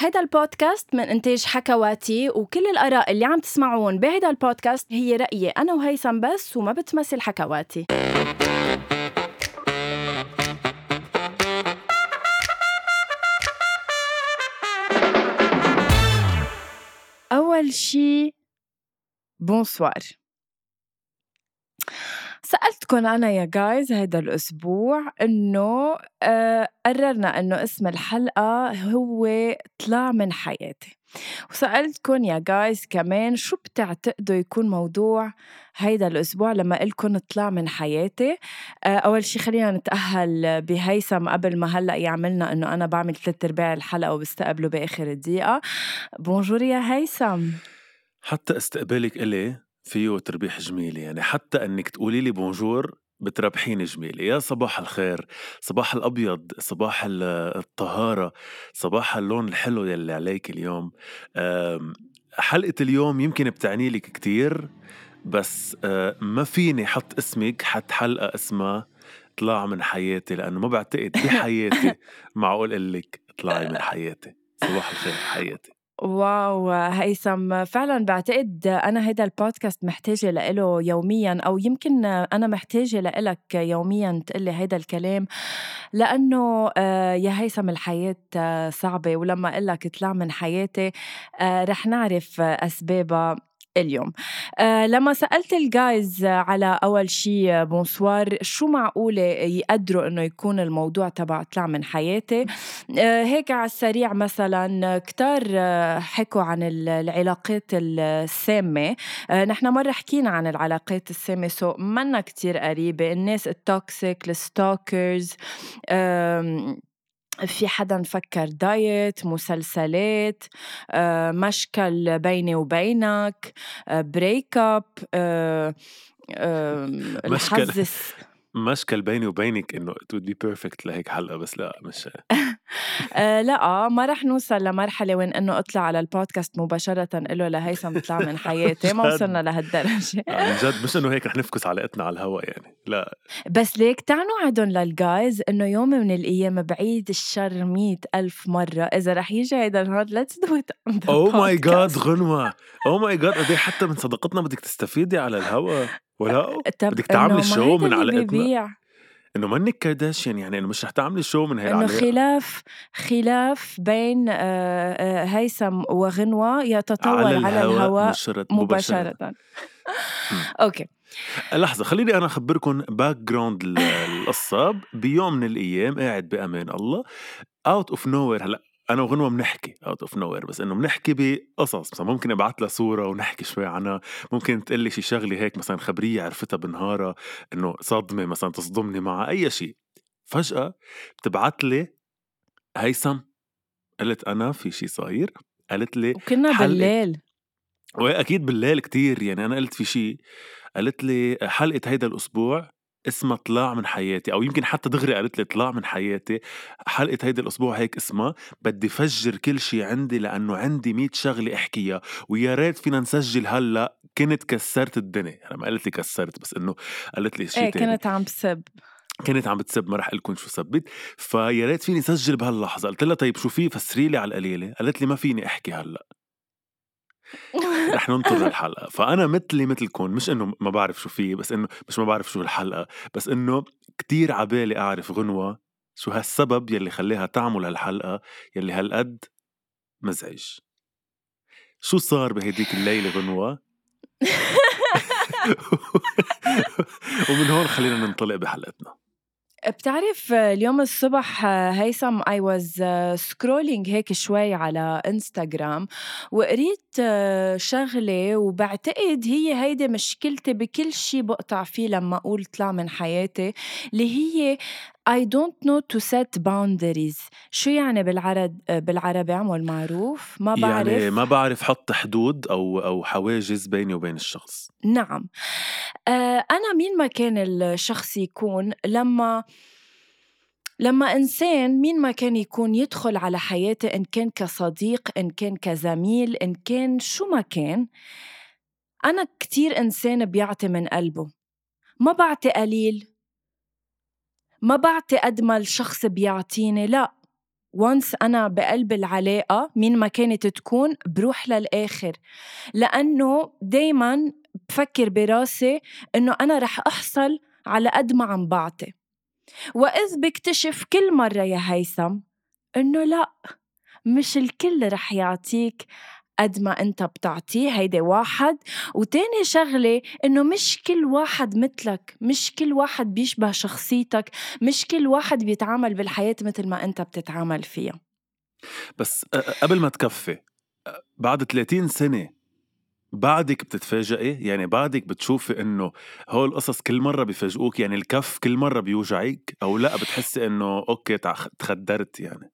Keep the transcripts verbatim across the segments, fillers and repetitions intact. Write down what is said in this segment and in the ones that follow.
هيدا البودكاست من إنتاج حكواتي، وكل الآراء اللي عم تسمعون بهيدا البودكاست هي رأيي أنا وهيثم بس، وما بتمثل حكواتي. أول شي بونسوار. سألتكن أنا يا جايز هيدا الأسبوع إنه آه قررنا إنه اسم الحلقة هو طلع من حياتي، وسألتكن يا جايز كمان شو بتعتقدوا يكون موضوع هيدا الأسبوع لما قلكن طلع من حياتي. آه أول شي خلينا نتأهل بهيثم قبل ما هلأ يعملنا إنه أنا بعمل ثلاث أرباع الحلقة وبستقبله بآخر الدقيقة. بونجور يا هيثم. حتى استقبالك إلي فيه تربيح جميل، يعني حتى أنك تقولي لي بونجور بتربحيني جميل. يا صباح الخير، صباح الأبيض، صباح الطهارة، صباح اللون الحلو يلي عليك اليوم. حلقة اليوم يمكن بتعني لك كتير، بس ما فيني حط اسمك حط حلقة اسمها طلع من حياتي، لأنه ما بعتقد بحياتي معقول قلك طلعي من حياتي. صباح الخير حياتي. واو هيثم، فعلا بعتقد أنا هيدا البودكاست محتاجة لإله يوميا، أو يمكن أنا محتاجة لإلك يوميا تقلي هيدا الكلام، لأنه يا هيثم الحياة صعبة، ولما قلك طلع من حياتي رح نعرف أسبابها اليوم. أه لما سألت الجايز على أول شي بونسوار شو معقولة يقدروا إنه يكون الموضوع تبع طلع من حياتي، أه هيك على السريع مثلا كتار حكوا عن العلاقات السامة. أه نحنا مرة حكينا عن العلاقات السامة، سو منا كتير قريبة، الناس التوكسيك، الستوكرز، أه في حدا نفكر دايت، مسلسلات، آه، مشكل بيني وبينك، آه، بريك اب، آه، آه، مشكل الحزس مشكل بيني وبينك إنه it would be perfect لهيك حلقة، بس لا مش آه لا ما رح نوصل لمرحلة وين إنه أطلع على البودكاست مباشرة إله لهيثم طلع من حياتي، ما وصلنا لهالدرجة. عن جد مش إنه هيك رح نفكس علاقتنا على الهواء يعني، لا بس ليك تعنوا عدن للجايز إنه يوم من الأيام بعيد الشر مية ألف مرة إذا رح يجي هيدا الهاد let's do it on the oh my god podcast. غنوة oh my god قدي حتى من صداقتنا بدك تستفيدي على الهواء، ولا طب بدك تعملي إنه ما شو هيدا من اللي علاقتنا بيبيع، إنه منك كارداشيان، يعني إنه مش رح تعملي شو من هاي إنه العلاقة. خلاف خلاف بين آه، آه، هيثم وغنوة يتطور على على الهواء الهواء مباشرة مباشرة. أوكي لحظة خليني أنا أخبركم باك جراوند القصة. بيوم من الأيام قاعد بأمان الله out of nowhere، هلأ أنا وغنوة بنحكي out of nowhere، بس إنه بنحكي بقصص، مثلا ممكن أبعت لها صورة ونحكي شوي عنها، ممكن تقلي شي شغلة هيك مثلا خبرية عرفتها بنهارها، إنه صدمة مثلا تصدمني مع أي شيء. فجأة بتبعت لي هيثم، قلت أنا في شي صاير، قالت لي وكنا حلقة، بالليل، وأكيد بالليل كتير، يعني أنا قلت في شي، قالت لي حلقة هيدا الأسبوع اسمها طلع من حياتي، أو يمكن حتى دغري قالت لي طلع من حياتي، حلقة هيدا الأسبوع هيك اسمها، بدي فجر كل شي عندي لأنه عندي مية شغلة أحكيها، ويا ريت فينا نسجل هلأ، كنت كسرت الدنيا. أنا ما قالت لي كسرت، بس إنه قالت لي شي إيه تاني، كانت عم بسب، كانت عم بتسب، ما رح أقلكن شو سبت، فيا ريت فيني سجل بهاللحظة. قلت لها طيب شو في، فسري لي على القليلة. قالت لي ما فيني أحكي هلأ، رح ننطر الحلقة. فأنا مثلي مثلكم، مش إنه ما بعرف شو فيه، بس إنه مش ما بعرف شو الحلقة، بس إنه كتير عبالي أعرف غنوة شو هالسبب يلي خليها تعمل هالحلقة يلي هالقد مزعج. شو صار بهديك الليلة غنوة؟ ومن هون خلينا ننطلق بحلقتنا. بتعرف اليوم الصبح هيثم I was scrolling هيك شوي على إنستغرام، وقريت شغلة، وبعتقد هي هيدي مشكلتي بكل شي بقطع فيه لما أقول طلع من حياتي، اللي هي I don't know to set boundaries. شو يعني بالعرب بالعربي عمل معروف؟ ما يعني بعرف. ما بعرف حط حدود أو أو حواجز بيني وبين الشخص. نعم. آه، أنا مين ما كان الشخص يكون، لما لما إنسان مين ما كان يكون يدخل على حياتي، إن كان كصديق، إن كان كزميل، إن كان شو ما كان، أنا كتير إنسان بيعطي من قلبه، ما بعطي قليل، ما بعطي قد ما الشخص بيعطيني، لا وانس أنا بقلب العلاقة مين ما كانت تكون بروح للآخر، لأنه دايماً بفكر براسي إنه أنا رح أحصل على قد ما عم بعطي. وإذ بكتشف كل مرة يا هيثم إنه لأ، مش الكل رح يعطيك قد ما أنت بتعطيه. هيدا واحد. وتاني شغلة إنه مش كل واحد مثلك، مش كل واحد بيشبه شخصيتك، مش كل واحد بيتعامل بالحياة مثل ما أنت بتتعامل فيها. بس أ- أ- قبل ما تكفي، أ- بعد ثلاثين سنة بعدك بتتفاجئي؟ يعني بعدك بتشوفي إنه هول القصص كل مرة بيفاجئوك؟ يعني الكف كل مرة بيوجعك أو لا بتحسي إنه أوكي تع- تخدرت يعني؟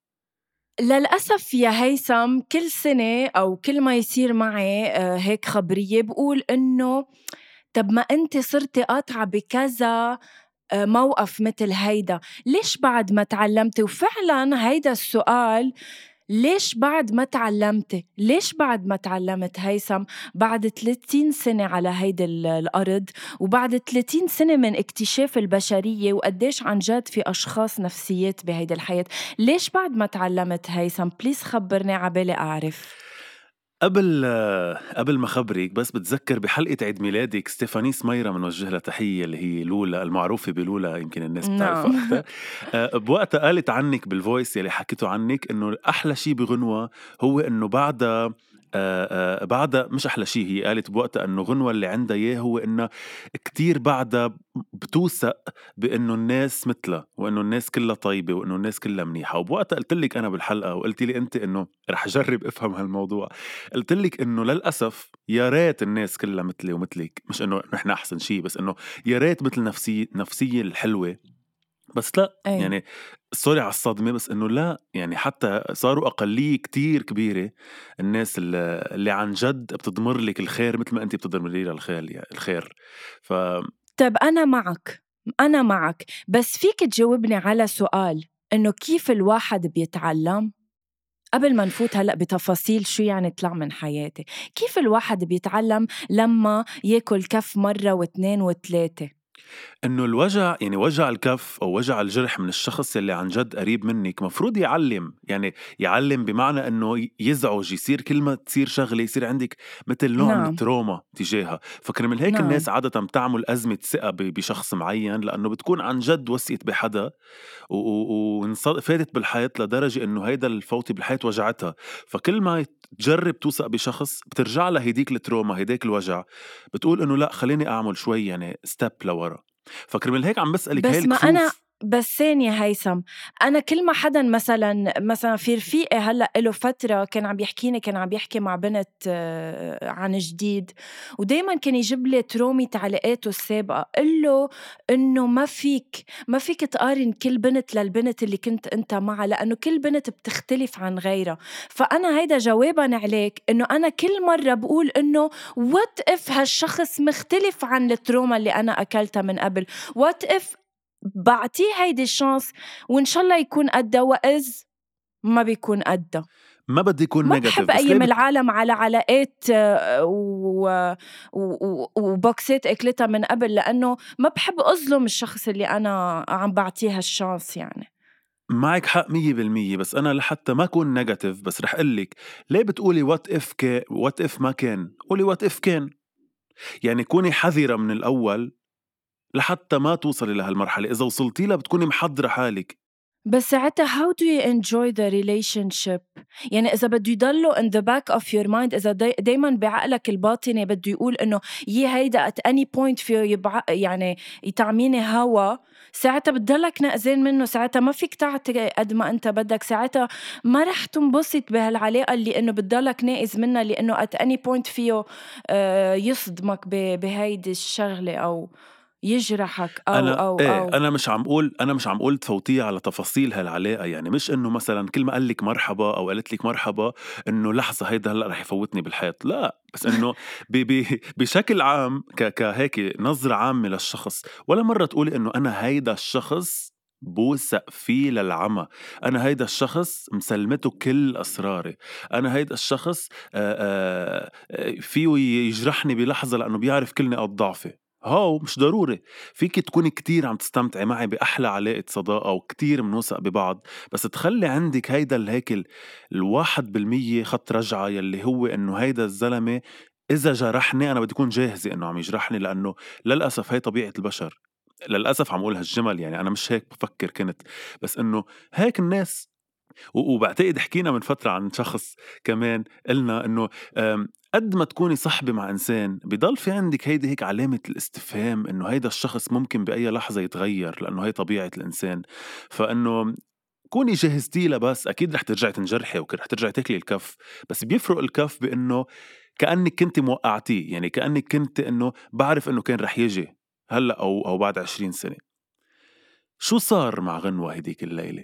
للأسف يا هيثم كل سنة أو كل ما يصير معي آه، هيك خبرية بقول إنه طب ما أنت صرتي قاطعة بكذا آه، موقف مثل هيدا، ليش بعد ما تعلمتي؟ وفعلا هيدا السؤال، ليش بعد ما تعلمتي؟ ليش بعد ما تعلمت هيثم بعد ثلاثين سنة على هيدا ال- الأرض، وبعد ثلاثين سنة من اكتشاف البشرية وقديش عن جد في أشخاص نفسيات بهيدا الحياة، ليش بعد ما تعلمت هيثم؟ بليز خبرني عبالي أعرف. قبل قبل ما خبرك بس بتذكر بحلقة عيد ميلادك ستيفاني سميرة منوجه لها تحية، اللي هي لولا المعروفة بلولا، يمكن الناس بتعرفها نعم. أكتر. آه، بوقتها قالت عنك بالفويس يلي حكيته عنك إنه أحلى شي بغنوة هو إنه بعدها آه، آه، بعدها مش أحلى شي، هي قالت بوقتها إنه غنوة اللي عندها إياه هو إنه كتير بعدها بتوثق بإنه الناس مثلها، وإنه الناس كلها طيبة، وإنه الناس كلها منيحة. وبوقتها قلت لك أنا بالحلقة، وقلت لي أنت إنه رح أجرب أفهم هالموضوع، قلت لك إنه للأسف يا ريت الناس كلها مثلي ومثلك، مش إنه نحن أحسن شيء، بس إنه يا ريت مثل نفسي نفسية الحلوة. بس لا أي. يعني سوري على الصدمة، بس إنه لا يعني حتى صاروا أقلية كتير كبيرة الناس اللي, اللي عن جد بتضمر لك الخير مثل ما أنت بتضمري لها الخير يعني الخير. ف طب أنا معك، أنا معك، بس فيك تجاوبني على سؤال إنه كيف الواحد بيتعلم؟ قبل ما نفوت هلأ بتفاصيل شو يعني طلع من حياتي، كيف الواحد بيتعلم لما ياكل كف مرة واثنين وثلاثة؟ إنه الوجع، يعني وجع الكف أو وجع الجرح من الشخص اللي عن جد قريب منك مفروض يعلم، يعني يعلم بمعنى إنه يزعج، يصير كل ما تصير شغلة يصير عندك مثل نوع من نعم. التروما تجاهها. فكرمال هيك نعم. الناس عادة بتعمل أزمة ثقة ب- بشخص معين، لأنه بتكون عن جد وثقت بحدا وفاتت بالحياة لدرجة إنه هيدا الفوتي بالحياة وجعتها. فكل ما تجرب توثق بشخص بترجع لها هيديك التروما، هيديك الوجع، بتقول إنه لا خليني أعمل شوي يعني ستيب لورا. فكرمال هيك عم بسألك هاي بس ما أنا الكفوف. بس ثانية هيثم، أنا كل ما حدا مثلا مثلا في رفيقي هلأ له فترة كان عم يحكيني، كان عم يحكي مع بنت آه، عن جديد، ودايما كان يجيب لي ترومي تعليقاته السابقة، قل له إنه ما فيك ما فيك تقارن كل بنت للبنت اللي كنت أنت معها، لأنه كل بنت بتختلف عن غيرها. فأنا هيدا جوابا عليك إنه أنا كل مرة بقول إنه وات إف هالشخص مختلف عن التروما اللي أنا أكلتها من قبل، وات إف بعطيه هيدي الشانس وإن شاء الله يكون قدّا، وإذ ما بيكون قدّا. ما بدي يكون ما نيجاتيف، بحب بس ليه أيّم بت... العالم على علاقات آه، و... و... و... وبوكسات أكلتها من قبل، لأنه ما بحب أظلم الشخص اللي أنا عم بعطيه هالشانس يعني. معك حق مية بالمية، بس أنا لحتى ما أكون نيجاتيف بس رح قلك ليه بتقولي وات إف كان وات إف ما كان، قولي وات إف كان. يعني كوني حذرة من الأول لحتى ما توصلي لهالمرحلة، إذا وصلتي لها بتكوني محضرة حالك. بس ساعتها how do you enjoy the relationship؟ يعني إذا بده يضلوا in the back of your mind، إذا داي دايماً بعقلك الباطني بده يقول إنه يي هيدا at any point فيه يبع يعني يطعميني هوا، ساعتها بتضلك نقزان منه، ساعتها ما فيك تعطي قد ما أنت بدك، ساعتها ما رح تنبسط بهالعلاقة اللي إنه بتضلك ناقز منها، لأنه at any point فيه آه، يصدمك ب- بهيدي الشغلة أو يجرحك أو أنا أو إيه، أو أنا مش عم قول أنا مش عم قول تفوتيه على تفاصيل هالعلاقة، يعني مش إنه مثلا كل ما قال لك مرحبا أو قالت لك مرحبا إنه لحظة هيدا هلا رح يفوتني بالحيط، لا، بس إنه ب ب بشكل عام ك كهيك نظرة عامة للشخص، ولا مرة تقولي إنه أنا هيدا الشخص بوثق فيه للعمى، أنا هيدا الشخص مسلمته كل أسراري، أنا هيدا الشخص آآ آآ فيه يجرحني بلحظة لأنه بيعرف كل نقاط ضعفي. هاو مش ضروري. فيك تكوني كتير عم تستمتعي معي بأحلى علاقة صداقة وكتير منوثق ببعض، بس تخلي عندك هيدا الهيك ال- الواحد بالمية خط رجعة يلي هو إنه هيدا الزلمة إذا جرحني أنا بدي أكون جاهزة إنه عم يجرحني، لأنه للأسف هي طبيعة البشر. للأسف عم أقول هالجمل، يعني أنا مش هيك بفكر كنت، بس إنه هيك الناس. و- وبعتقد حكينا من فترة عن شخص كمان قلنا إنه أم، قد ما تكوني صحبة مع إنسان بضل في عندك هيدي هيك علامة الاستفهام إنه هيدا الشخص ممكن بأي لحظة يتغير، لأنه هي طبيعة الإنسان. فإنه كوني جهزتي له، بس أكيد رح ترجعي تنجرحي ورح ترجعي تاكلي الكف، بس بيفرق الكف بإنه كأنك كنت موقعتيه، يعني كأنك كنت إنه بعرف إنه كان رح يجي هلأ أو أو بعد عشرين سنة. شو صار مع غنوة هديك الليلة؟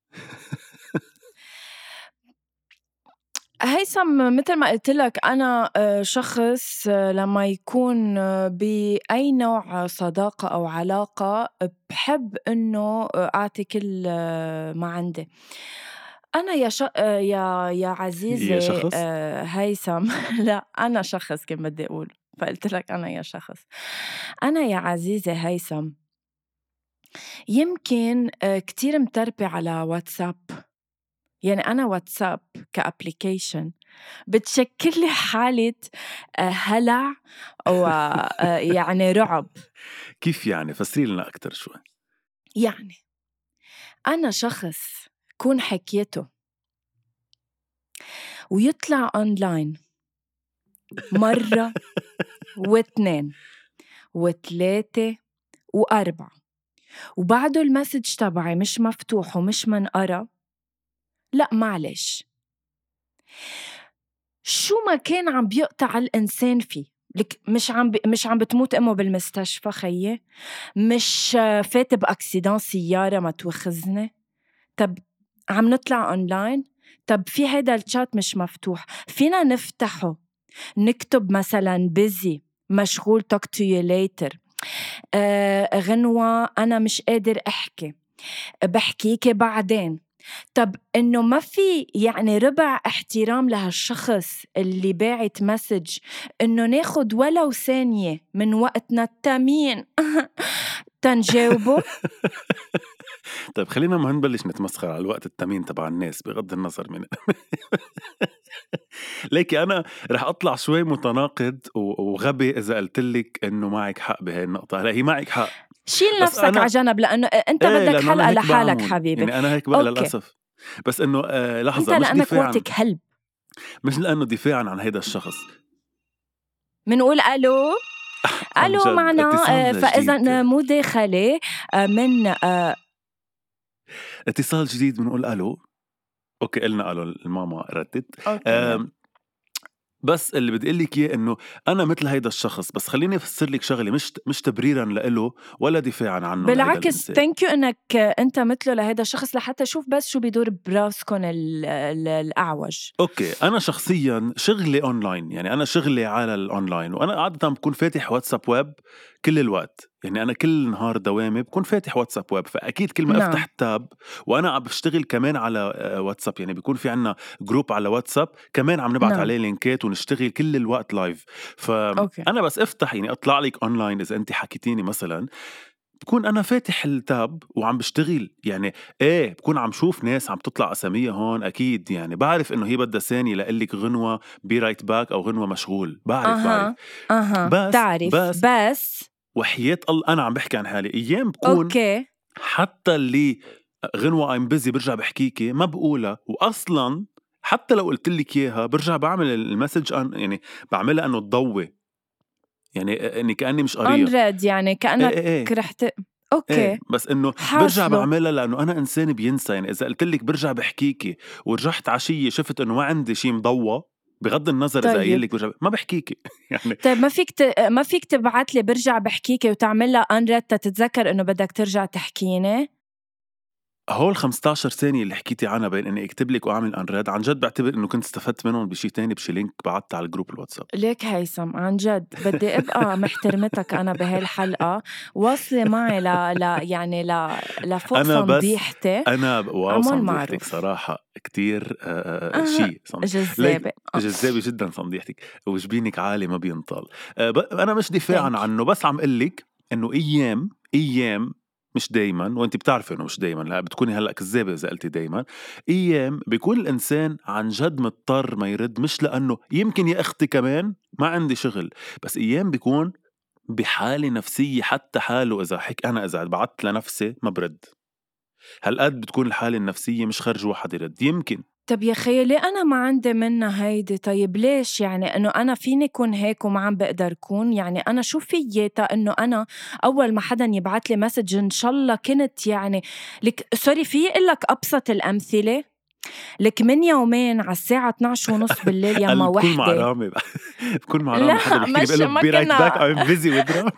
هيثم، مثل ما قلت لك أنا آه، شخص آه، لما يكون آه، بأي نوع صداقة أو علاقة بحب إنه آه، أعطي كل آه، ما عندي. أنا يا ش... آه، يا يا يا عزيزي شخص آه، هيثم لا أنا شخص كان بدي أقول، فقلت لك أنا يا شخص. أنا يا عزيزي هيثم يمكن آه، كتير متربي على واتساب. يعني أنا واتساب كأبليكيشن بتشكل لي حالة آه، هلع ويعني رعب. كيف يعني؟ فسري لنا أكتر شوي. يعني أنا شخص كون حكيته ويطلع أونلاين مرة واثنين وثلاثة وأربعة وبعده المسج تبعي مش مفتوح ومش منقرا، لا معلش، شو ما كان عم بيقطع الإنسان فيه. لك مش عم ب... مش عم بتموت أمه بالمستشفى خيي، مش آه، فات بأكسيدان سيارة ما توخزني. طب عم نطلع أونلاين، طب في هيدا الشات مش مفتوح، فينا نفتحه نكتب مثلا busy مشغول talk to you later، آه غنوة أنا مش قادر أحكي بحكيكي بعدين. طب إنه ما في يعني ربع احترام لهالشخص اللي باعت مسج إنه ناخد ولو ثانية من وقتنا التمين تنجاوبه. طيب خلينا ما نبلش نتمسخر على الوقت التمين تبع الناس بغض النظر من ليكي أنا رح أطلع شوي متناقض و- وغبي إذا قلت لك إنه معك حق بهاي النقطة. هلا هي معك حق، شيل بس نفسك على أنا جنب لأنه أنت إيه بدك لأنه أنا حلقة هيك لحالك بعمل، حبيبي. يعني أنا هيك بقى أوكي، للأسف. بس إنه آه أنت لحظة، مش لأنك دفاعا، وقتك هلب. مش لأنه دفاعا عن هيدا الشخص. منقول ألو عن ألو جد معنا اتصال آه، فإذا جديد، مداخلة آه، من آه، اتصال جديد بنقول ألو. أوكي قلنا ألو، الماما ردت. أوكي. بس اللي بدي أقول لك إياه إنه أنا مثل هيدا الشخص، بس خليني أفسر لك شغلة، مش مش تبريرا لإله ولا دفاعا عنه لهيدا بالعكس الإنسان. ثانك يو انك انت مثله لهذا الشخص لحتى شوف بس شو بيدور براسكم ال- ال- الاعوج. أوكي أنا شخصيا شغلي أونلاين، يعني أنا شغلي على الأونلاين، وأنا عادة بكون فاتح واتساب ويب كل الوقت. يعني أنا كل نهار دوامي بكون فاتح واتساب ويب، فأكيد كل ما أفتح نعم التاب وأنا عم بشتغل كمان على آه، واتساب، يعني بيكون في عنا جروب على واتساب كمان عم نبعت نعم عليه لينكات ونشتغل كل الوقت لايف. اوكي. فأنا بس أفتح يعني أطلع لك أونلاين إذا أنت حكيتيني مثلا، بكون أنا فاتح التاب وعم بشتغل. يعني إيه بكون عم شوف ناس عم تطلع أساميها هون، أكيد يعني بعرف إنه هي بدها ثانية لقلك غنوة بي رايت باك أو غنوة مشغول، بعرف بعرف اها اها بس تعرف بس بس. وحياة الله أنا عم بحكي عن حالي. أيام بكون اوكي حتى اللي غنوة I'm busy برجع بحكيكي ما بقولها، وأصلا حتى لو قلت لك إياها برجع بعمل المسج أن يعني بعملها إنه تضوي، يعني إني كأني مش قاريها. unread يعني إيه كأنك إيه إيه رحت. ايه اوكي بس انه برجع حاصله. بعملها لانه انا انسان بينسى. يعني اذا قلت لك برجع بحكيكي ورجعت عشيه شفت انه ما عندي شيء مضوى، بغض النظر اذا قايل طيب لك برجع ما بحكيكي يعني. طيب ما فيك ت... ما فيك تبعت لي برجع بحكيك وتعمل لها unread تتذكر انه بدك ترجع تحكيني. هول خمستاشر ثانية اللي حكيتي عنها بين إني أكتب لك وأعمل أنريد، عن جد بعتبر إنه كنت استفدت منهم بشي تاني، بشي لينك بعتها على الجروب الواتساب. ليك هيثم عن جد بدي أبقى محترمتك أنا بهالحلقة، واصلة معي ل... ل... يعني ل... لفوق أنا بس صنديحتي. أنا واو عمول صنديحتك معروف. صراحة كتير آه أه شي صند... جذابة. ليك آه. جذابة جدا صنديحتك، وجبينك عالي ما بينطال. آه ب... أنا مش دفاعا Thank you. عنه، بس عم قلك إنه أيام أيام مش دايما، وانت بتعرفي انه مش دايما، لا بتكوني هلا كذابه اذا قلتي دايما. ايام بيكون الانسان عن جد مضطر ما يرد، مش لانه يمكن يا اختي كمان ما عندي شغل، بس ايام بيكون بحاله نفسيه حتى حاله اذا حك انا اذا بعت لنفسي ما برد، هالقد بتكون الحاله النفسيه مش خرج واحد يرد. يمكن طب يا خيي ليه أنا ما عندي منها هيدي؟ طيب ليش يعني إنه أنا فيني كون هيك وما عم بقدر كون؟ يعني أنا شو فيي تا إنه أنا أول ما حدا يبعت لي مسج إن شاء الله كنت يعني لك سوري في لك أبسط الأمثلة. لك من يومين على الساعة اثنعش ونص بالليل يما بكون مع وحدة. رامي بكون مع رامي حدا لا بيحكي لي مش بقول له ما بي رايت باك كنا ام بيزي وذ رامي.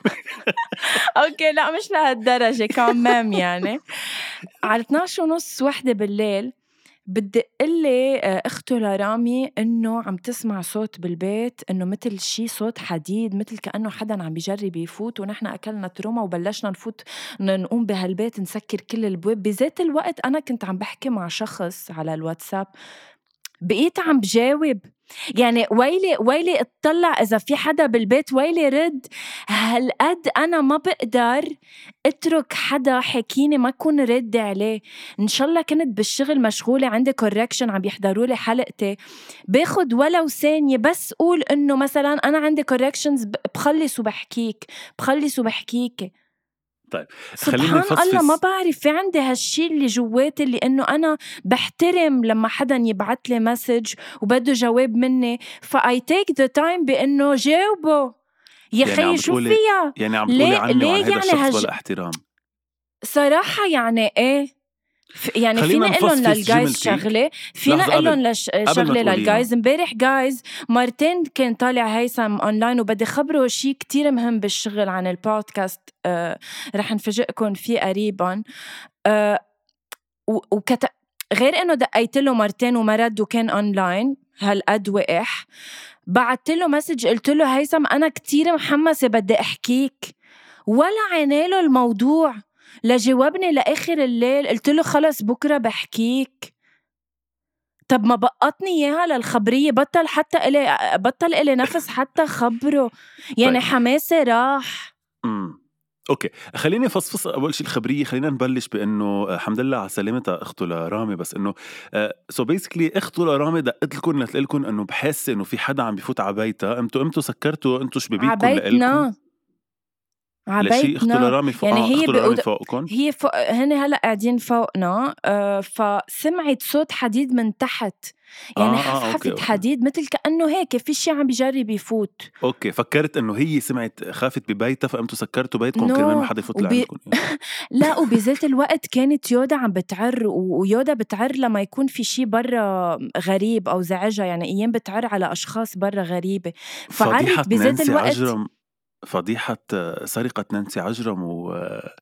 اوكي لا مش لهالدرجة كمان يعني. على اثنعش ونص وحدة بالليل بدي قلي اخته لرامي انه عم تسمع صوت بالبيت انه مثل شي صوت حديد، مثل كأنه حدا عم بيجرب يفوت، ونحن اكلنا تروما وبلشنا نفوت نقوم بهالبيت نسكر كل البواب. بذات الوقت انا كنت عم بحكي مع شخص على الواتساب، بقيت عم بجاوب يعني ويلي ويلي اطلع إذا في حدا بالبيت، ويلي رد. هالقد أنا ما بقدر اترك حدا حكيني ما كون رد عليه. إن شاء الله كنت بالشغل مشغولة عندي كوركشن عم يحضروا لي حلقتي، باخد ولو ثانية بس قول إنه مثلا أنا عندي كوركشنز بخلص وبحكيك بخلص وبحكيك. طيب سبحان خليني الله ما فصفص. بعرف في عندي هالشي اللي جواتي اللي انه انا بحترم لما حدا يبعت لي مسج وبده جواب مني، فاي تيك ذا تايم بانه جاوبه. يا يعني عم خيي شو بتقولي فيها؟ يعني عم بتقولي ليه عني وعن ليه هيدا يعني الشخص هج... بلا احترام. صراحة يعني ايه ف- يعني خلينا فينا قلن نفصفص للجايز جملتك. شغلة، فينا لحظة قلن قبل لش... قبل ما شغلة تقولي لهم، للجايز. امبارح جايز مرتين كان طالع هيثم اونلاين وبدي خبره شي كتير مهم بالشغل عن البودكاست، آه رح نفاجئكم فيه قريبا. آه وكت... غير انه دقيت له مرتين وما رد وكان اونلاين هالقد وقح، بعت له مسج قلت له هيثم انا كتير محمسه بدي احكيك، ولا عيناله الموضوع لجاوبني لاخر الليل. قلت له خلص بكره بحكيك. طب ما بقطني اياها للخبريه، بطل حتى إلي بطل إلي نفس حتى خبره يعني. طيب. حماسي راح. امم اوكي خليني فصفص اول شيء الخبريه. خلينا نبلش بانه الحمد لله على سلامتها اخته لرامي، بس انه سو بيسكلي اخته لرامي دقت لكم لتقول لكم انه بحس انه في حدا عم بفوت على بيتها، انتوا امتوا سكرتوا انتوا شبابيكم لإلكم عبيتنا لشيء اخته عبيتنا لرامي فوق. يعني اه هي اخته لرامي بقود... فوقكم. هي فوق... هن هلأ قاعدين فوقنا، آه فسمعت صوت حديد من تحت يعني اه اه اوكي حفحفة اوكي حديد مثل كأنه هيك في شي عم بيجرب يفوت. اوكي فكرت انه هي سمعت خافت ببيتها فقمتوا سكرتوا بيتكم كرمال ما نو حدا يفوت وبي... لعندكم. لا وبذات الوقت كانت يودا عم بتعر، ويودا بتعر لما يكون في شي برا غريب أو زعجها، يعني أيام بتعر على أشخاص برا غريبة، فعرت فضيحة بذات نانسي الوقت. عجرم، فضيحة سرقة نانسي عجرم و...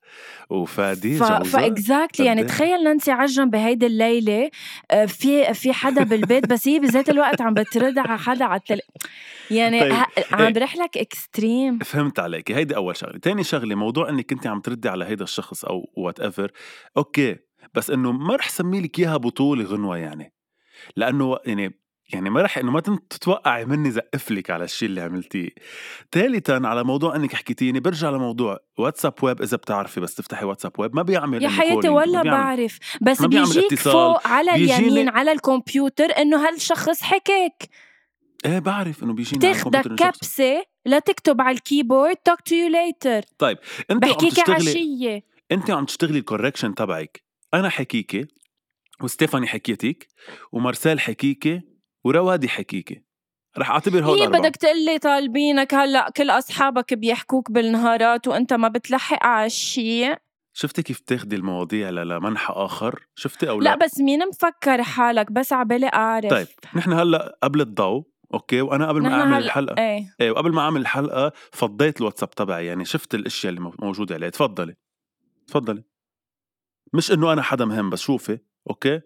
وفادي ف جوزها فاكزاكتلي يعني قديه. تخيل نانسي عجرم بهيدي الليله آه، في في حدا بالبيت، بس هي بذات الوقت عم بترد على حدا على التل... يعني طيب ه... عم ايه برح لك اكستريم. فهمت عليك. هيدي اول شغله. تاني شغله موضوع انك كنتي عم تردي على هيدا الشخص او وات ايفر، اوكي بس انه ما رح سمي لك اياها بطوله غنوه يعني، لانه يعني يعني ما رح انه ما تتوقعي مني زقفلك على الشيء اللي عملتيه. ثالثا على موضوع انك حكيتيني، برجع لموضوع واتساب ويب. اذا بتعرفي بس تفتحي واتساب ويب ما بيعمل يا انه حياتي كولينج، ما ولا بيعمل بعرف، بس ما بيعمل بيجيك اتصال. فوق على اليمين بيجيني على الكمبيوتر انه هالشخص حكيك، ايه بعرف انه بيجيني على بتاخدك الكمبيوتر شخص. كبسه لتكتب على الكيبورد talk to you later. طيب انت عم بحكيكي تشتغلي عشيه. انت عم تشتغلي الكوركشن تبعك، انا حكيكي وستيفاني حكيتك ومارسيل حكيكي وروادي حكيكي، رح اعتبر هول هي اربعه. بدك تقلي طالبينك هلأ كل أصحابك بيحكوك بالنهارات وأنت ما بتلحق على الشيء. شفتي كيف تاخدي المواضيع لمنحى اخر؟ شفتي او لا لا؟ بس مين مفكر حالك؟ بس عبالي طيب أعرف. نحن هلا قبل الضوء اوكي، وانا قبل ما نحن اعمل هلأ الحلقه ايه ايه وقبل ما اعمل الحلقه فضيت الواتساب تبعي، يعني شفت الاشياء اللي موجوده عليه. تفضلي تفضلي. مش إنه أنا حدا مهم، بس شوفي أوكي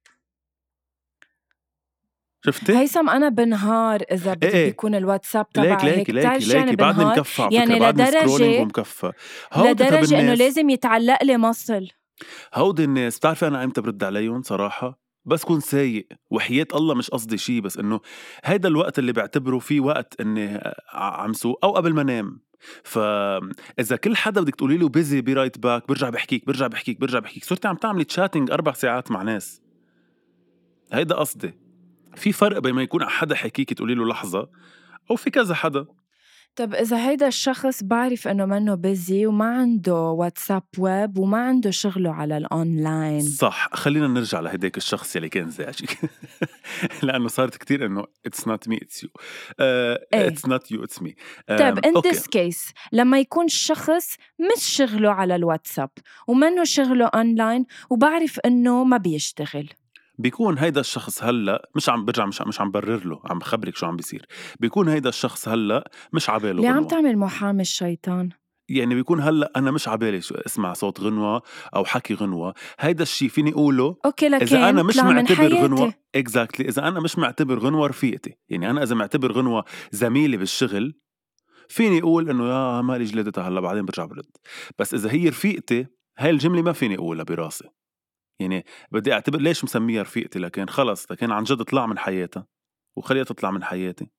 شفتي؟ هيثم أنا بنهار إذا إيه بدي إيه بيكون الواتساب ليك تبعي ليكي هيك، بتعرف ليكي شو يعني ليكي بعدني بنهار؟ مكفى على فكرة، يعني بعدني سكرولينج لدرجة ومكفى. هودي طب لدرجة إنه الناس لازم يتعلق لي مصل. هودي الناس بتعرفي أنا إمتى برد عليهم صراحة؟ بس كون سايق، وحياة الله مش قصدي شي، بس إنه هيدا الوقت اللي بعتبره فيه وقت إني ع- عم سوق أو قبل ما نام. فإذا كل حدا بدك تقولي له بيزي بي رايت باك، برجع بحكيك برجع بحكيك برجع بحكيك، صرتي عم تعملي تشاتينج أربع ساعات مع ناس. هيدا قصدي. في فرق بين ما يكون حدا حكيكي تقولي له لحظة، أو في كذا حدا. طب إذا هيدا الشخص بعرف إنه منه بيزي وما عنده واتساب ويب وما عنده شغله على الأونلاين، صح، خلينا نرجع لهداك الشخص اللي كان زعجك. لأنه صارت كتير إنه it's not me it's you uh, إيه. it's not you it's me. طيب um, in أوكي. this case لما يكون الشخص مش شغله على الواتساب ومنه شغله أونلاين وبعرف إنه ما بيشتغل، بيكون هيدا الشخص هلأ مش عم برجع مش عم, مش عم برر له، عم خبرك شو عم بيصير. بيكون هيدا الشخص هلأ مش عباله ليه عم غنوة. تعمل محامي الشيطان؟ يعني بيكون هلأ أنا مش عبالي شو اسمع صوت غنوة أو حكي غنوة. هيدا الشي فيني أقوله أوكي لكن إذا أنا مش طلع من معتبر غنوة حياتي. exactly. إذا أنا مش معتبر غنوة رفيقتي، يعني أنا إذا معتبر غنوة زميلي بالشغل، فيني أقول إنه يا مالي جلدتها هلا بعدين برجع برد. بس إذا هي رفيقتي، هاي الجملة ما فيني أقولها براسي. يعني بدي أعتبر ليش مسميها رفيقتي، لكن خلص لكن عن جد طلع من حياتها وخليها تطلع من حياتي.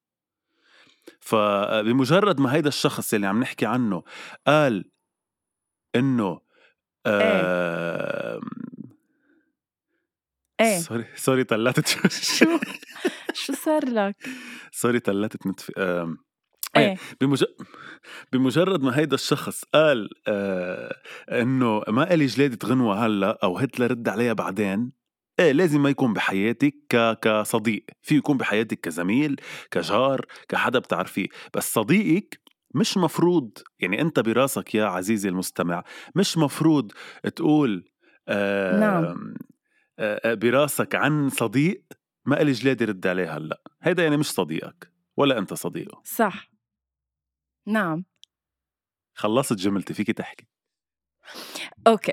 فبمجرد ما هيدا الشخص اللي عم نحكي عنه قال إنه إيه آه... إيه سوري سوري تلتت شو شو صار لك؟ سوري تلتت نتف... آه... ايه إيه بمج... بمجرد ما هيدا الشخص قال آه انه ما إلي جلادة غنوة هلا او هتلر رد عليها بعدين، ايه لازم ما يكون بحياتك ك... كصديق. في يكون بحياتك كزميل، كجار، كحدا بتعرفيه. بس صديقك مش مفروض، يعني انت براسك يا عزيزي المستمع مش مفروض تقول نعم آه آه براسك عن صديق ما إلي جلادة رد عليه هلا. هيدا يعني مش صديقك ولا انت صديقه. صح نعم. خلصت جملتي، فيكي تحكي. أوكي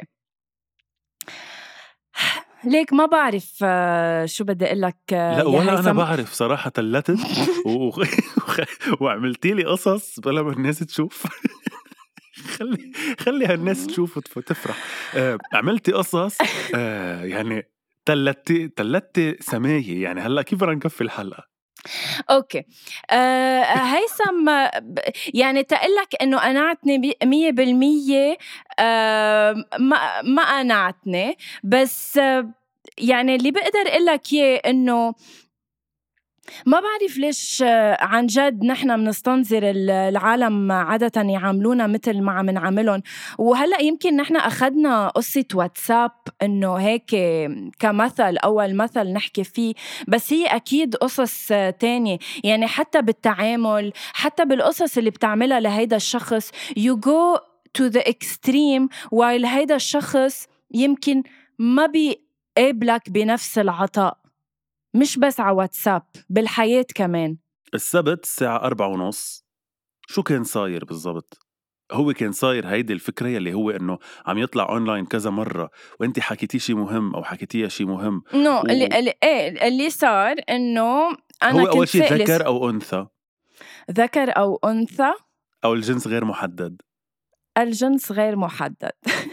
ليك ما بعرف آه، شو بدي أقول لك آه، لا يا ولا أنا هيثم. بعرف صراحة تلتت و... وعملتي لي قصص بلا ما الناس تشوف. خلي خلي هالناس تشوف وتفرح. آه، عملتي قصص آه، يعني تلتي تلتي سماية. يعني هلا كيف بدنا نكفي الحلقة؟ أوكي آه، هيثم آه، ب- يعني تقلك إنه قنعتني بي- مية بالمية آه، ما ما قنعتني، بس آه، يعني اللي بقدر أقلك إياه إنه ما بعرف ليش آه، عن جد نحن منستنظر ال- العالم عادة يعاملونا مثل ما عم نعاملهم. وهلأ يمكن نحن أخدنا قصة واتساب إنه هيك كمثل، أول مثل نحكي فيه، بس هي أكيد قصص آه، تانية. يعني حتى بالتعامل، حتى بالقصص اللي بتعملها لهيدا الشخص you go to the extreme while هيدا الشخص يمكن ما بيقابلك بنفس العطاء، مش بس على واتساب، بالحياة كمان. السبت الساعة أربعة ونص شو كان صاير بالضبط؟ هو كان صاير هيدي الفكرة اللي هو إنه عم يطلع أونلاين كذا مرة وإنتي حكيتيه شي مهم أو حكيتيها شي مهم. نو و... اللي, اللي, ايه اللي صار إنه أنا هو كنت أول شي سائلة ذكر أو أنثى ذكر أو أنثى، أو الجنس غير محدد. الجنس غير محدد.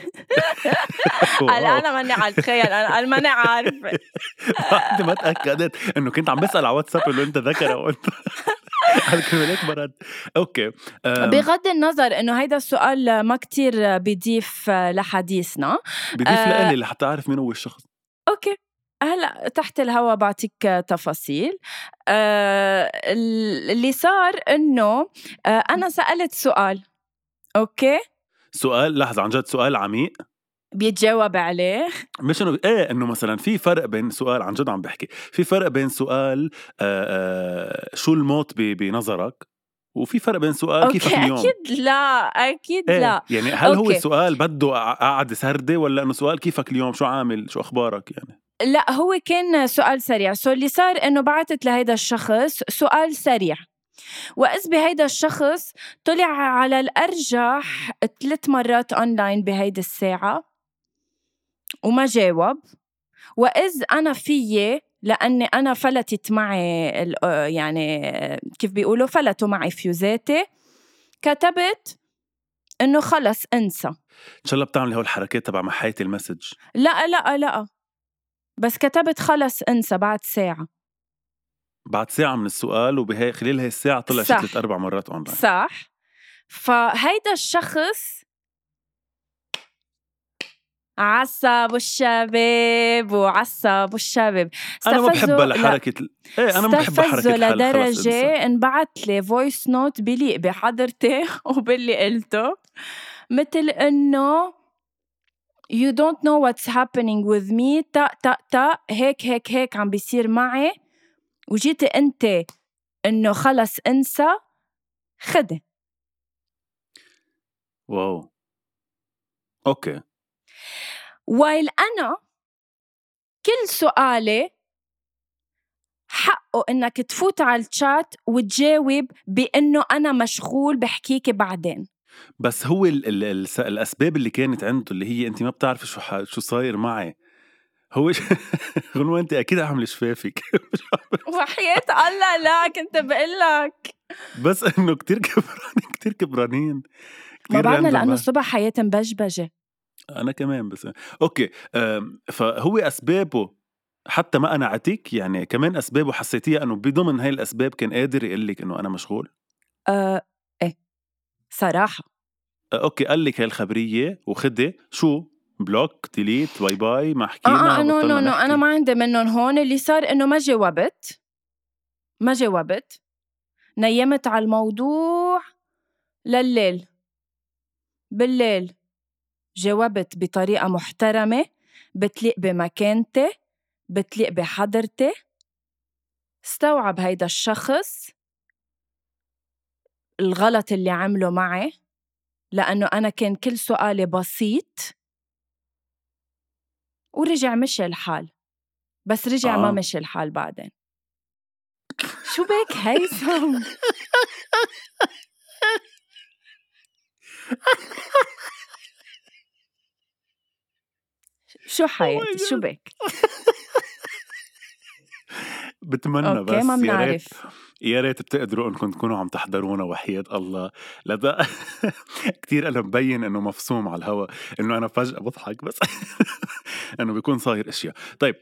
واو. أنا ماني عارفة، تخيل أنا أنا ماني عارفة. بعد ما تأكدت إنه كنت عم بسأل على واتساب إنه أنت ذكر أو أنثى. هالكلمات مرات. أوكي أم... بغض النظر إنه هيدا السؤال ما كتير بيضيف لحديثنا، بضيف آه، لإلي لحتى أعرف مين هو الشخص. أوكي هلأ تحت الهوا بعطيك تفاصيل. آه، اللي صار إنه آه، أنا سألت سؤال. أوكي سؤال لحظة عن جد سؤال عميق بيتجاوب عليه. مش انه ايه انه مثلا في فرق بين سؤال عن جد عم بحكي في فرق بين سؤال آآ آآ شو الموت ب- بنظرك وفي فرق بين سؤال كيفك أوكي اليوم. أكيد لا أكيد ايه لا. يعني هل هو أوكي السؤال بده قعد سردة ولا انه سؤال كيفك اليوم شو عامل شو اخبارك يعني؟ لا هو كان سؤال سريع. سو اللي صار إنه بعتت لهيدا الشخص سؤال سريع، وإذ بهيدا الشخص طلع على الأرجح ثلاث مرات أونلاين بهيدا الساعة، وما جاوب، وإذ أنا فيي لأني أنا فلتت معي يعني كيف بيقولوا فلتوا معي فيوزاتي، كتبت إنه خلص انسى. إن شاء الله بتعملي هول الحركات تبع محاية المسج. لا لا لا، بس كتبت خلص انسى بعد ساعة. بعد ساعة من السؤال، وبهاي خلال هاي الساعة طلع شي ثلاث أربع مرات أونلاين. صح. فهيدا الشخص عصب الشباب وعصب الشباب. أنا ما بحب الحركة ال... إيه أنا ما بحب حركة حل لدرجة انبعت لي فويس نوت بليق بحضرتي وباللي قلته، مثل إنه you don't know what's happening with me تا تا تا هيك هيك هيك عم بيصير معي، وجيتي أنت إنه خلص انسى خده. واو أوكي. وايل أنا كل سؤالي حقه إنك تفوت على الشات وتجاوب بإنه أنا مشغول بحكيك بعدين. بس هو ال ال ال الأسباب اللي كانت عنده اللي هي أنت ما بتعرفي شو ح... شو صاير معي، هو غنوة أنت أكيد عامل شفافك. وحياة الله لا كنت بقلك، بس إنه كتير كبرانين كتير كبرانين ما بعدنا لأنه الصبح حياة مبجبجة. أنا كمان بس أوكي. فهو أسبابه حتى ما أنا عتيك يعني كمان أسبابه حسيتيها أنه بضمن هاي الأسباب كان قادر يقلك أنه أنا مشغول؟ أه إيه صراحة. أه أوكي قال لك هاي الخبرية وخدي شو بلوك ديليت باي باي ما حكينا آه آه نو نو نو أنا ما عندي منهم هون. اللي صار إنه ما جاوبت ما جاوبت نيمت على الموضوع لليل. بالليل جاوبت بطريقة محترمة بتليق بمكانتي بتليق بحضرتي. استوعب هيدا الشخص الغلط اللي عمله معي، لأنه أنا كان كل سؤالي بسيط، ورجع مشي الحال. بس رجع آه. ما مشي الحال بعدين. شو بك هيثم؟ شو حياتي شو بك؟ بتمنى بس ما يا ريت يا ريت بتقدروا انكم تكونوا عم تحضرونا وحياة الله لذا كتير انا مبين انه مفصوم على الهوا انه انا فجأة بضحك بس انه بيكون صاير اشياء. طيب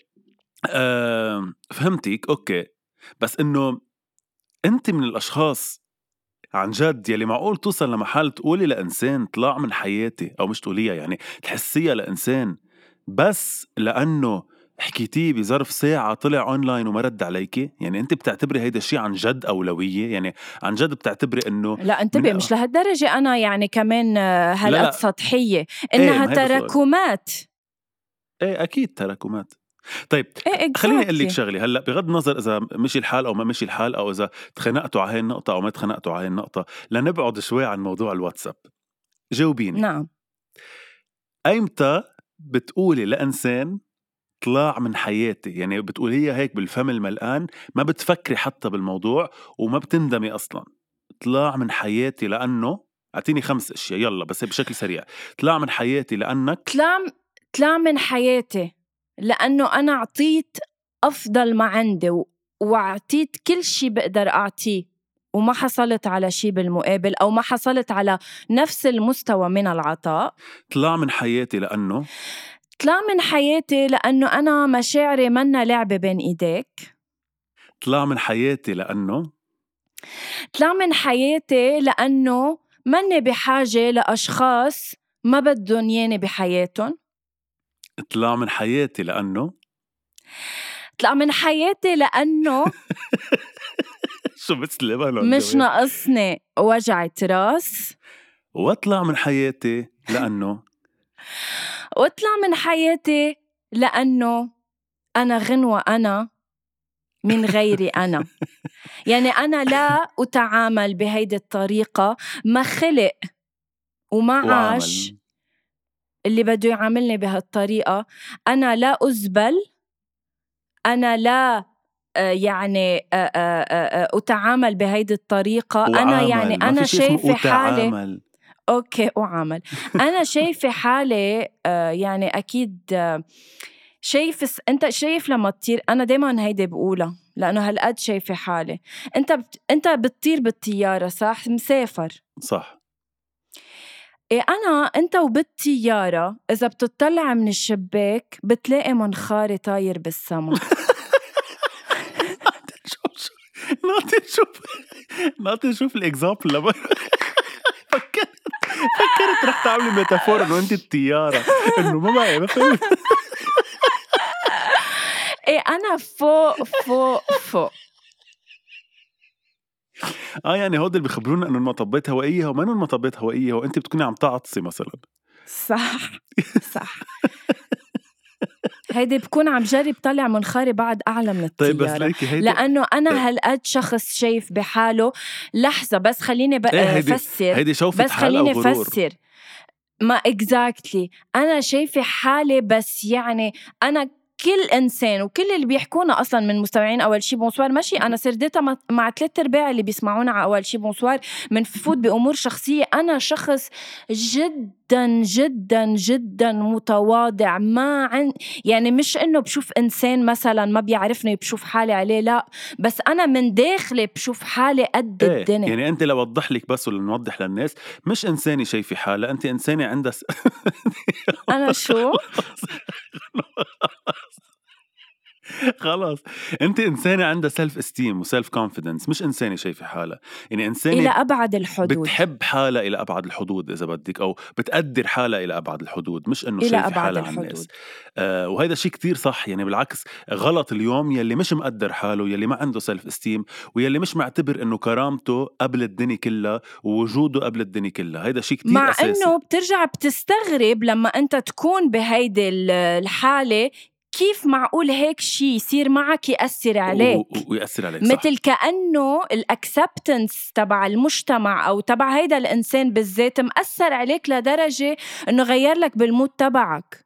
أه فهمتك اوكي، بس انه انت من الاشخاص عن جد يلي معقول توصل لمحل تقولي لإنسان طلع من حياتي، او مش تقوليها يعني تحسيها لإنسان بس لأنه حكيتيه بظرف ساعة طلع أونلاين وما رد عليكي؟ يعني أنت بتعتبري هيدا الشيء عن جد أولوية؟ يعني عن جد بتعتبري إنه لا انتبه مش لهالدرجة أنا يعني كمان هالقد سطحية إنها ايه تراكمات. إيه أكيد تراكمات. طيب إيه خليني أقول لك شغلي هلأ بغض النظر إذا مشي الحال أو ما مشي الحال أو إذا تخنقتوا على هاي النقطة أو ما تخنقتوا على هاي النقطة، لنبعد شوي عن موضوع الواتساب. جاوبيني. نعم. أيمتى بتقولي لإنسان طلع من حياتي؟ يعني بتقوليها هيك بالفم الملقان ما بتفكري حتى بالموضوع وما بتندمي أصلا. طلع من حياتي لأنه أعطيني خمس أشياء يلا بس بشكل سريع. طلع من حياتي لأنك طلع طلع من حياتي لأنه أنا عطيت أفضل ما عندي وعطيت كل شي بقدر أعطيه وما حصلت على شي بالمقابل أو ما حصلت على نفس المستوى من العطاء. طلع من حياتي لأنه طلع من حياتي لأنه أنا مشاعري منا لعبة بين إيديك. طلع من حياتي لأنه طلع من حياتي لأنه مني بحاجة لأشخاص ما بدهم ياني بحياتهم. طلع من حياتي لأنه طلع من حياتي لأنه شو بتسلم مش ناقصني وجعة راس. واطلع من حياتي لأنه واطلع من حياتي لأنه أنا غنوة أنا من غيري أنا. يعني أنا لا أتعامل بهيدي الطريقة، ما خلق وما عاش اللي بده يعاملني بهالطريقة. أنا لا أزبل، أنا لا يعني أتعامل بهيدي الطريقة. أنا يعني أنا شايفة حالي أوكي وعمل. أنا شايفة حالي آه يعني أكيد آه شايف س... أنت شايف لما تطير، أنا دايما هيدي بقولها لأنه هالقد شايفة حالي. أنت بت... أنت بتطير بالطيارة صح؟ مسافر صح. إيه أنا أنت وبالطيارة إذا بتطلع من الشباك بتلاقي منخاري طاير بالسما. شوف ناطي نشوف ناطي نشوف الإكزامبل لما فكرت فكرت رح تعملي ميتافور إنه أنت الطيارة، إنه ما بقى ما فهمت. إيه أنا فوق فوق فوق. آه يعني هودي اللي بيخبرونا إنه المطبات هوائية وما إنه المطبات هوائية وأنت بتكوني عم تعطسي مثلاً. صح صح. هيدي بكون عم جرب طلع منخاري بعد أعلى من الطيارة. طيب بس ليكي هيدي لأنه أنا هالقد شخص شايف بحاله. لحظة بس خليني بقى إيه هيدي فسر. هيدي شوفة بس حال أو خليني غرور؟ فسر ما exactly. أنا شايفة حالي بس يعني أنا كل إنسان وكل اللي بيحكونا أصلاً من مستمعين أول شي بونسوار ماشي. أنا سردتها مع ثلاث أرباع اللي بيسمعونا على أول شي بونسوار من فوت بأمور شخصية. أنا شخص جداً جداً جداً متواضع. ما عن يعني مش إنه بشوف إنسان مثلاً ما بيعرفني بشوف حالي عليه، لا، بس أنا من داخلي بشوف حالي قد إيه الدنيا. يعني أنت لو وضح لك بس ولا نوضح للناس، مش إنسانة شايفة حالها، أنت إنسانة عندها س... أنا شو؟ خلاص انت انسانه عندها سيلف استيم وسيلف كونفيدنس، مش انسانه شايفه حالها. يعني انسانه إلى أبعد الحدود بتحب حالها الى ابعد الحدود اذا بدك، او بتقدر حالها الى ابعد الحدود، مش انه إلى شايفه أبعد حالها على الناس. الحدود. آه وهذا شيء كتير صح. يعني بالعكس غلط اليوم يلي مش مقدر حاله، يلي ما عنده سيلف استيم، ويلي مش معتبر انه كرامته قبل الدنيا كلها ووجوده قبل الدنيا كلها. هذا شيء كتير مع اساسي. إنه بترجع بتستغرب لما أنت تكون بهيدي الحالة، كيف معقول هيك شي يصير معك يأثر عليك ويأثر عليك صح. مثل كأنه الأكسبتنس تبع المجتمع أو تبع هيدا الإنسان بالذات مأثر عليك لدرجة إنه غير لك بالمود تبعك.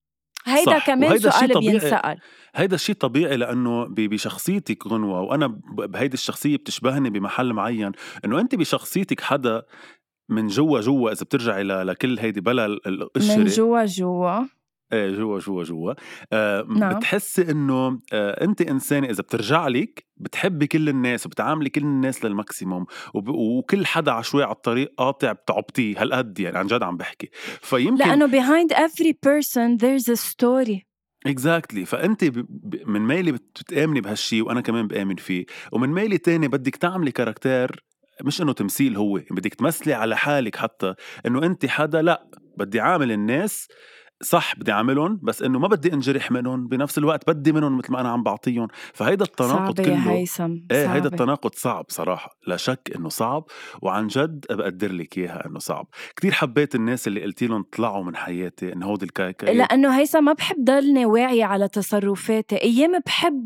هيدا صح. كمان سؤال بينسأل. هيدا الشيء طبيعي لأنه بشخصيتك غنوة، وأنا بهيدي الشخصية بتشبهني بمحل معين، إنه أنت بشخصيتك حدا من جوا جوا. إذا بترجعي لكل هيدي بلا القشرة من جوا جوا ايه جوا جوا جوا آه نعم. بتحسي انه آه انت انسانه اذا بترجع لك بتحبي كل الناس وبتعاملي كل الناس للماكسيموم، وب... وكل حدا عشوائي على الطريق قاطع بتعبطيه هالقد. يعني عن جد عم بحكي. فيمكن لأنه behind every person there's a story. exactly. فأنت ب... ب... من ميلي بتآمني بهالشي وأنا كمان بآمن فيه، ومن ميلي تاني بدك تعملي كاركتير، مش إنه تمثيل، هو بدك تمثلي على حالك حتى إنه أنت حدا لا بدي عامل الناس صح، بدي أعملهم بس إنه ما بدي انجرح منهم، بنفس الوقت بدي منهم مثل ما أنا عم بعطيهم. فهيدا التناقض صعب كله يا هيثم. ايه هيدا التناقض صعب صراحة، لا شك إنه صعب، وعن جد بقدر لك إياها إنه صعب. كتير حبيت الناس اللي قلتي لهم طلعوا من حياتي إنه هودي الكايكا. لأنه هيثم ما بحب ضلني واعية على تصرفاتي، أيام بحب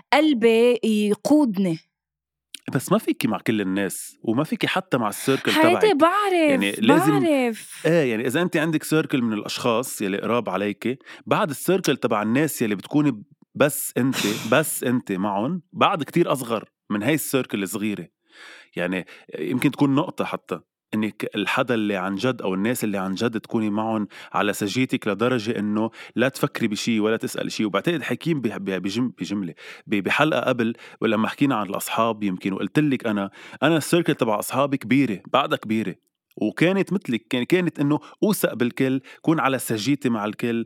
قلبي يقودني، بس ما فيكي مع كل الناس، وما فيكي حتى مع السيركل تبعك. حياتي بعرف يعني لازم بعرف ايه يعني اذا انت عندك سيركل من الاشخاص يلي قراب عليكي، بعد السيركل تبع الناس يلي بتكوني بس انت بس انت معهم، بعد كتير اصغر من هاي السيركل الصغيره. يعني يمكن تكون نقطه حتى انك الحدا اللي عن جد او الناس اللي عن جد تكوني معهم على سجيتك لدرجه انه لا تفكري بشي ولا تسالي شي. وبعتقد حكيم بجم بجمله بحلقه قبل ولما حكينا عن الاصحاب يمكن، وقلت لك انا انا السيركل تبع اصحابي كبيره، بعدها كبيره، وكانت مثلك. كان كانت انه اوثق بالكل، كون على سجيتي مع الكل،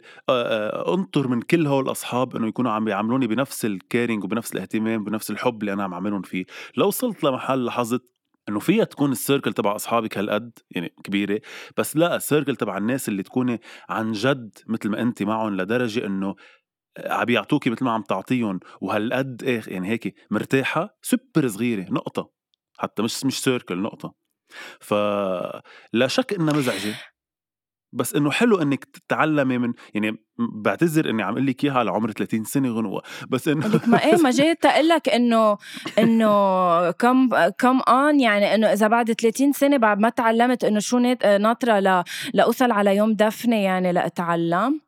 انطر من كل هول الاصحاب انه يكونوا عم بيعاملوني بنفس الكيرينج وبنفس الاهتمام بنفس الحب اللي انا عم اعملهم فيه. لو وصلت لمحل لاحظت انه فيها تكون السيركل تبع اصحابك هالقد يعني كبيره، بس لا السيركل تبع الناس اللي تكوني عن جد مثل ما انت معهم لدرجه انه عم يعطوكي مثل ما عم تعطيهم، وهالقد ايه يعني هيك مرتاحه، سوبر صغيره نقطه، حتى مش مش سيركل نقطه. فلا شك انها مزعجه، بس انه حلو انك تتعلمي من، يعني بعتذر اني عم اقول لك اياها على عمر ثلاثين سنه غنوه، بس انه لك ما ايه ما جيت اقول لك انه انه كم كم اون، يعني انه اذا بعد ثلاثين سنه بعد ما تعلمت انه شو ناطره ل لاوصل على يوم دفني يعني لاتعلم.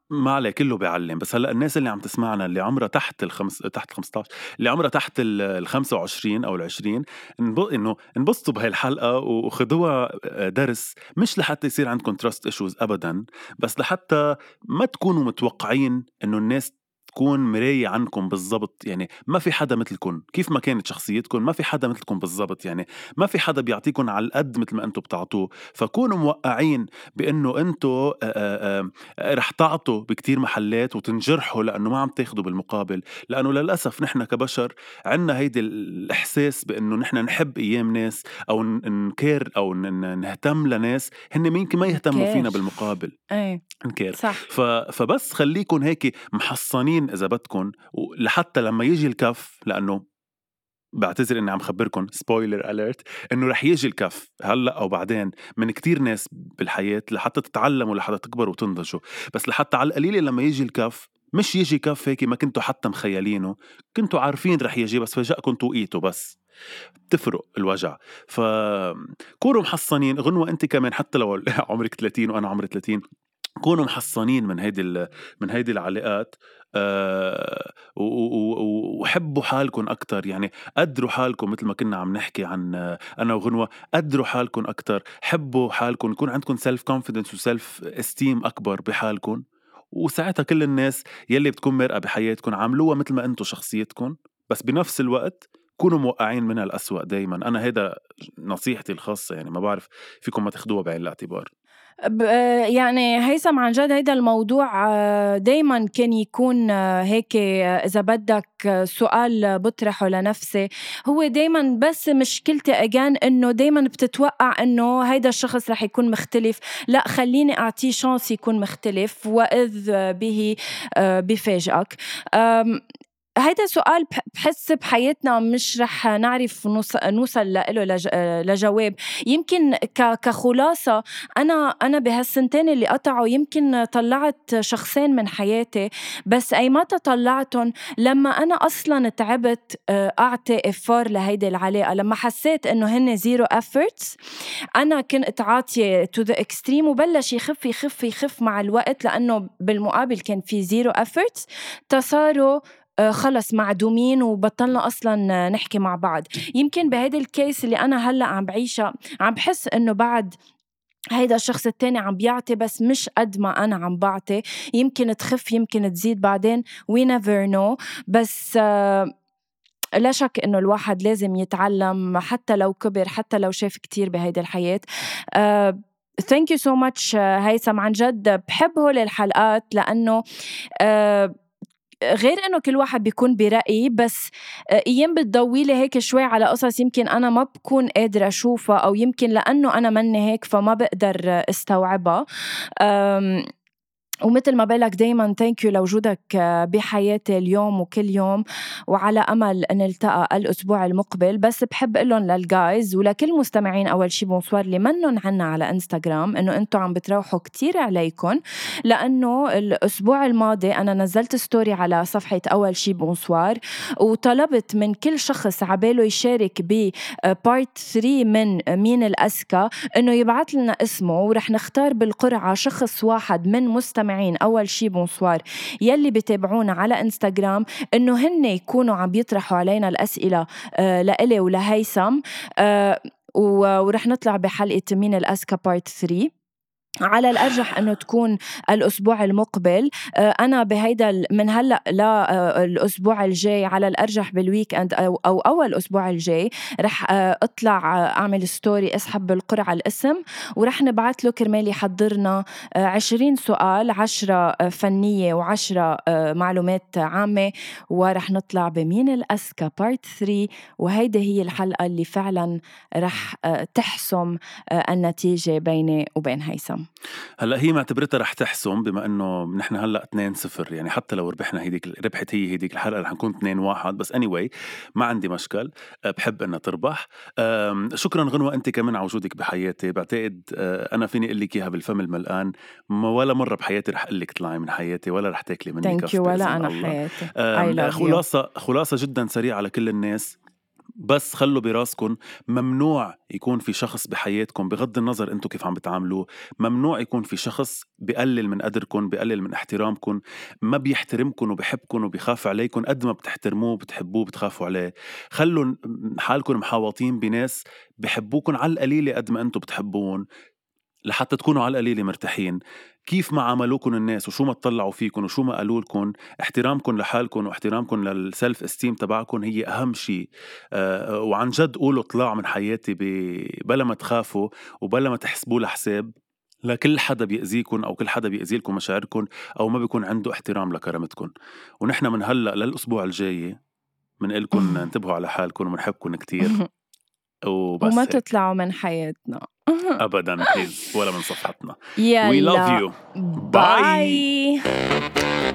ما عليه كله بيعلم. بس هلا الناس اللي عم تسمعنا اللي عمرها تحت الخمس تحت خمستاشر، اللي عمرها تحت ال خمسة وعشرين او ال عشرين، انب... انه انبسطوا بهاي الحلقه وخدوها درس، مش لحتى يصير عندكم تراست ايشوز ابدا، بس لحتى ما تكونوا متوقعين انه الناس تكون مراية عنكم بالضبط. يعني ما في حدا مثلكم، كيف ما كانت شخصيتكم ما في حدا مثلكم بالضبط. يعني ما في حدا بيعطيكم على القد مثل ما انتم بتعطوه. فكونوا موقعين بانه انتم رح تعطوا بكتير محلات وتنجرحوا لانه ما عم تاخدوا بالمقابل. لانه للاسف نحن كبشر عنا هيدي الاحساس بانه نحن نحب ايام ناس او نكير او نهتم لناس هن ممكن ما يهتموا فينا بالمقابل. ايه نكير. صح. ف... فبس خليكن هيك محصنين إذا بدكن لحتى لما يجي الكف، لأنه بعتذر إني عم خبركن سبويلر أليرت إنه رح يجي الكف هلأ أو بعدين من كتير ناس بالحياة لحتى تتعلموا لحتى تكبروا وتنضجوا. بس لحتى على القليلة لما يجي الكف مش يجي كف هيك ما كنتوا حتى مخيلينه، كنتوا عارفين رح يجي بس فجأة توقيتوا بس بتفرق الوجع. فكونوا محصنين. غنوة أنت كمان حتى لو عمرك ثلاثين وأنا عمري ثلاثين، كونوا محصنين من هيدي من هيدي العلاقات. أه وحبوا حالكم أكتر. يعني قدروا حالكم مثل ما كنا عم نحكي عن أنا وغنوة، قدروا حالكم أكتر، حبوا حالكم، يكون عندكم سيلف كونفيدنس وسيلف استيم أكبر بحالكم. وساعتها كل الناس يلي بتكون مرقة بحياتكم عاملوها مثل ما أنتوا شخصيتكم، بس بنفس الوقت كونوا موقعين منها الأسوأ دايما. أنا هيدا نصيحتي الخاصة، يعني ما بعرف فيكم ما تاخدوها بعين الاعتبار. يعني هيثم عن جد هيدا الموضوع دايما كان يكون هيك إذا بدك سؤال بطرحه لنفسي. هو دايما بس مشكلتي أجان إنه دايما بتتوقع إنه هيدا الشخص رح يكون مختلف، لا خليني أعطيه شانس يكون مختلف، وإذ به بفاجئك. هيدا سؤال بحس بحياتنا مش رح نعرف نوصل له لجواب. يمكن كخلاصة أنا أنا بهالسنتين اللي قطعوا يمكن طلعت شخصين من حياتي، بس أي ما تطلعتهم لما أنا أصلاً تعبت أعطي إفار لهيدي العلاقة. لما حسيت إنه هن زيرو efforts أنا كنت عاطية to the extreme، وبلش يخف يخف يخف مع الوقت، لأنه بالمقابل كان في زيرو efforts تصاروا خلص معدومين وبطلنا أصلاً نحكي مع بعض. يمكن بهيدا الكيس اللي أنا هلأ عم بعيشها عم بحس إنه بعد هيدا الشخص التاني عم بيعطي بس مش قد ما أنا عم بعطي. يمكن تخف يمكن تزيد بعدين، we never know. بس آه لا شك إنه الواحد لازم يتعلم حتى لو كبر، حتى لو شاف كتير بهيدا الحياة. آه thank you so much هيثم. عن جد بحب هول الحلقات لأنه آه غير إنه كل واحد بيكون برأي، بس أيام بتضويلي هيك شوي على قصص يمكن أنا ما بكون قادرة أشوفها، أو يمكن لأنه أنا مني هيك فما بقدر استوعبها. ومثل ما بالك دايما thank you لوجودك بحياتي اليوم وكل يوم، وعلى أمل نلتقى الأسبوع المقبل. بس بحب قلن للجايز ولكل مستمعين أول شي بونسوار اللي منن عنا على إنستغرام إنه أنتوا عم بتروحوا كتير عليكم، لأنه الأسبوع الماضي أنا نزلت ستوري على صفحة أول شي بونسوار وطلبت من كل شخص عباله يشارك ببارت ثلاثة من مين الأسكى إنه يبعث لنا اسمه، ورح نختار بالقرعة شخص واحد من مستمعين أول شي بونسوار يلي بتابعونا على إنستغرام إنه هن يكونوا عم بيطرحوا علينا الأسئلة آه لإلي ولهيثم، آه ورح نطلع بحلقة مين الأسكى بارت ثلاثة. على الأرجح أنه تكون الأسبوع المقبل. أنا بهيدا من هلأ لا الأسبوع الجاي على الأرجح بالويك أند أو, أو أول أسبوع الجاي رح أطلع أعمل ستوري أسحب بالقرعة الاسم، ورح نبعث له كرمال يحضرنا عشرين سؤال، عشرة فنية وعشرة معلومات عامة، ورح نطلع بمين الأسكى بارت ثلاثة. وهيدا هي الحلقة اللي فعلا رح تحسم النتيجة بيني وبين هيثم. هلا هي معتبرتها رح تحسم بما انه نحن هلا اثنين صفر، يعني حتى لو ربحنا هيديك ربحت هي هيديك الحلقه رح نكون اثنين واحد. بس anyway ما عندي مشكل، بحب انها تربح. شكرا غنوة انت كمان على وجودك بحياتي. بعتقد انا فيني اقول لك اياها بالفم الملآن، ولا مره بحياتي رح اقول لك طلعي من حياتي ولا رح تاكلي مني كف. ولا انا حياتي. خلاصه خلاصه جدا سريعه لكل الناس. بس خلوا براسكن ممنوع يكون في شخص بحياتكم بغض النظر انتو كيف عم بتعاملوه، ممنوع يكون في شخص بيقلل من قدركن، بيقلل من احترامكن، ما بيحترمكن وبيحبكن وبيخاف عليكن قد ما بتحترموه وبتحبوه بتخافوا عليه. خلوا حالكن محاوطين بناس بيحبوكن على القليلة قد ما انتو بتحبون، لحتى تكونوا على القليلة مرتاحين. كيف ما عملوكن الناس وشو ما تطلعوا فيكن وشو ما قالوا لكم، احترامكن لحالكن واحترامكن للسلف استيم تبعكن هي أهم شيء. أه وعن جد قولوا طلع من حياتي بلا ما تخافوا وبلا ما تحسبوا لحساب لكل حدا بيأذيكن أو كل حدا بيأذي لكم مشاعركن أو ما بيكون عنده احترام لكرامتكن. ونحن من هلأ للأسبوع الجاي منقلكن انتبهوا على حالكن ومنحبكن كتير وبس وما هيك. تطلعوا من حياتنا أبداً بليز ولا من صفحتنا. We love يلا you. باي.